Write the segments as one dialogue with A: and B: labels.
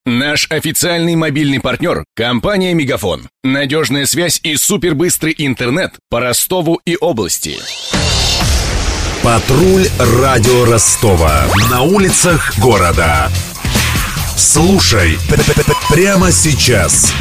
A: Наш официальный мобильный партнер – компания «Мегафон». Надежная связь и супербыстрый интернет по Ростову и области.
B: Патруль радио Ростова. На улицах города. Слушай прямо сейчас.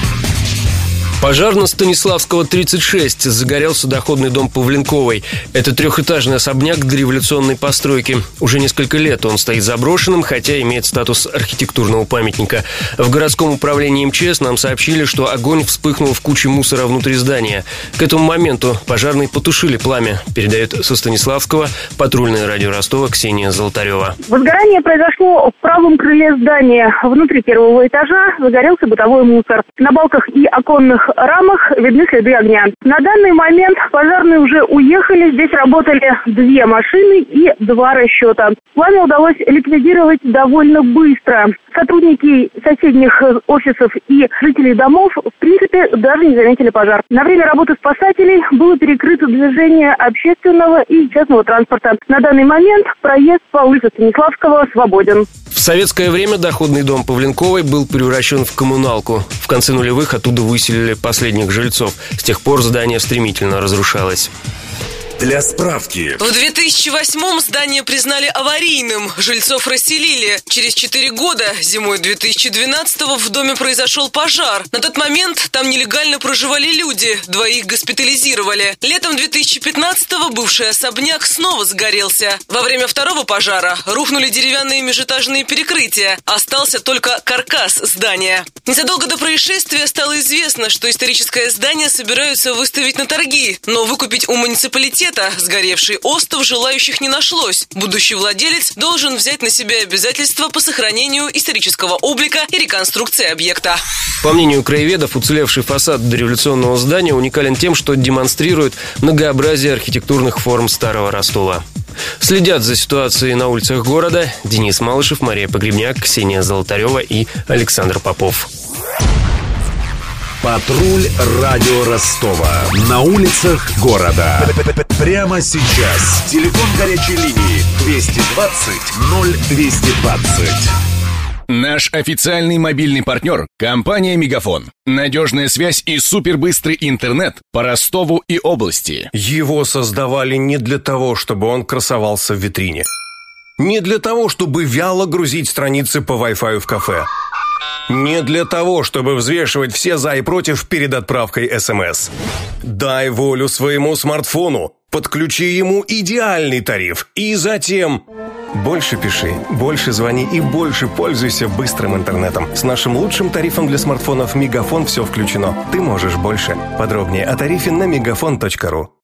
C: Пожар на Станиславского, 36. Загорелся доходный дом Павленковой. Это трехэтажный особняк дореволюционной постройки. Уже несколько лет он стоит заброшенным, хотя имеет статус архитектурного памятника. В городском управлении МЧС нам сообщили, что огонь вспыхнул в куче мусора внутри здания. К этому моменту пожарные потушили пламя, передает со Станиславского патрульное радио Ростова Ксения Золотарева.
D: Возгорание произошло в правом крыле здания. Внутри первого этажа загорелся бытовой мусор. На балках и оконных рамах видны следы огня. На данный момент пожарные уже уехали. Здесь работали 2 машины и 2 расчета. Пламя удалось ликвидировать довольно быстро. Сотрудники соседних офисов и жителей домов, в принципе, даже не заметили пожар. На время работы спасателей было перекрыто движение общественного и частного транспорта. На данный момент проезд по улице Станиславского свободен.
C: В советское время доходный дом Павленковой был превращен в коммуналку. В конце нулевых оттуда выселили последних жильцов. С тех пор здание стремительно разрушалось.
B: Для справки.
E: В 2008-м здание признали аварийным. Жильцов расселили. Через 4 года, зимой 2012-го, в доме произошел пожар. На тот момент там нелегально проживали люди. 2 госпитализировали. Летом 2015-го бывший особняк снова загорелся. Во время второго пожара рухнули деревянные межэтажные перекрытия. Остался только каркас здания. Незадолго до происшествия стало известно, что историческое здание собираются выставить на торги. Но выкупить у муниципалитета сгоревший остов желающих не нашлось. Будущий владелец должен взять на себя обязательства по сохранению исторического облика и реконструкции объекта.
C: По мнению краеведов, уцелевший фасад дореволюционного здания уникален тем, что демонстрирует многообразие архитектурных форм старого Ростова. Следят за ситуацией на улицах города Денис Малышев, Мария Погребняк, Ксения Золотарева и Александр Попов.
B: Патруль радио Ростова. На улицах города. Прямо сейчас. Телефон горячей линии 220 0220.
A: Наш официальный мобильный партнер – компания «Мегафон». Надежная связь и супербыстрый интернет по Ростову и области.
F: Его создавали не для того, чтобы он красовался в витрине. Не для того, чтобы вяло грузить страницы по Wi-Fi в кафе. Не для того, чтобы взвешивать все за и против перед отправкой СМС. Дай волю своему смартфону, подключи ему идеальный тариф и затем... Больше пиши, больше звони и больше пользуйся быстрым интернетом. С нашим лучшим тарифом для смартфонов «Мегафон» все включено. Ты можешь больше. Подробнее о тарифе на megafon.ru.